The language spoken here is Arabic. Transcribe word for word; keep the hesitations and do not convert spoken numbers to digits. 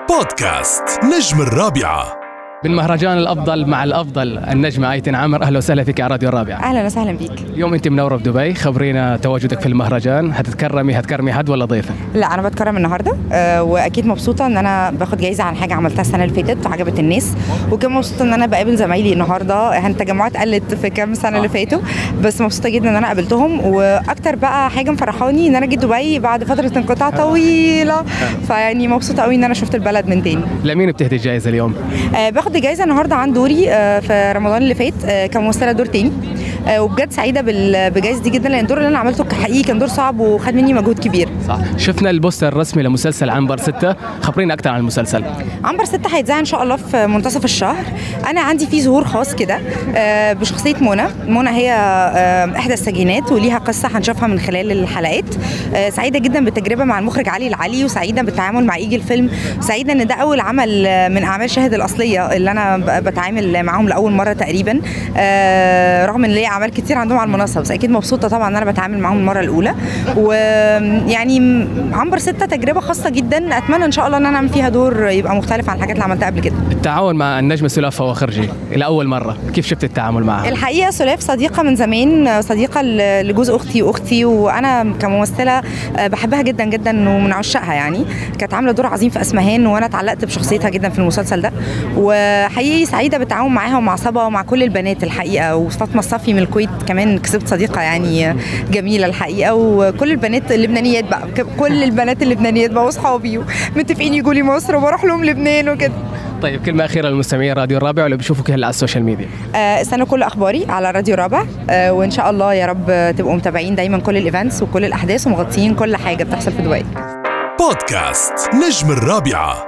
بودكاست نجم الرابعة بالمهرجان الأفضل مع الأفضل النجمة أيتن عامر. أهلا وسهلا فيك على راديو الرابعة. أهلا وسهلا بيك. اليوم أنت منورة بدبي، خبرينا تواجدك في المهرجان. هتتكرمي هتكرمي حد ولا ضيفة؟ لا أنا بتكرم النهاردة أه وأكيد مبسوطة إن أنا باخد جايزة عن حاجة عملتها السنة اللي فاتت وعجبت الناس، وكمان مبسوطة إن أنا بقابل زمايلي النهاردة. احنا التجمعات قلت في كام سنة اللي فاتوا، بس مبسوطة جدا إن أنا قابلتهم. وأكتر بقى حاجة مفرحاني إن أنا جيت دبي بعد فترة انقطاع طويلة، فيعني مبسوطة قوي إن أنا شفت البلد من تاني. لمين بتهدي الجائزة اليوم؟ أه باخد الجايزة النهاردة عن دوري أه في رمضان اللي فات أه كممثلة دور تاني، أه وبجد سعيدة بالجائزة دي جدا، لأن الدور اللي أنا عملته حقيقي كان دور صعب وخد مني مجهود كبير. صح. شفنا البوستر الرسمي لمسلسل عنبر ستة، خبرينا أكتر عن المسلسل. عنبر ستة هيتذاع إن شاء الله في منتصف الشهر. أنا عندي فيه ظهور خاص كده أه بشخصية منى. منى هي أه إحدى السجينات وليها قصة هنشوفها من خلال الحلقات. أه سعيدة جدا بالتجربة مع المخرج علي العلي، وسعيدة بالتعامل مع إيجي الفيلم. سعيدة إن ده أول عمل من أعمال شاهد الأصلية اللي أنا بتعامل معاهم لأول مرة تقريبا، أه رغم إن ليا أعمال كتير عندهم على المنصة، بس أكيد مبسوطة طبعا إن أنا بتعامل معاهم المرة الأولى. ويعني عنبر ستة تجربة خاصة جدا، أتمنى إن شاء الله إن أنا أعمل فيها دور يبقى مختلف عن الحاجات اللي عملتها قبل كده. التعاون مع النجمة سلاف فواخرجي لأول مرة، كيف شفت التعامل معها؟ الحقيقة سلاف صديقة من زمان، صديقة لجوز أختي وأختي، وأنا كممثلة بحبها جدا جدا ومن عشاقها. يعني كانت عاملة دور عظيم في أسمهان، وأنا اتعلقت بشخصيتها جدا في المسلسل ده، وحقيقي سعيدة بالتعاون معاها ومع صبا ومع كل البنات الحقيقة. وفاطمة الصفي من الكويت كمان كسبت صديقة يعني جميلة الحقيقة، وكل البنات اللبنانيات بقى، كل البنات اللبنانيات بقى واصحابي متفقين يجوا لي مصر وبروح لهم لبنان وكده. طيب كلمة أخيرة للمستمعين راديو الرابع واللي بيشوفوك هلا على السوشيال ميديا. آه استنوا كل أخباري على راديو الرابع، آه وإن شاء الله يا رب تبقوا متابعين دايما كل الإيفنتس وكل الأحداث ومغطيين كل حاجة بتحصل في دبي. بودكاست نجم الرابعة.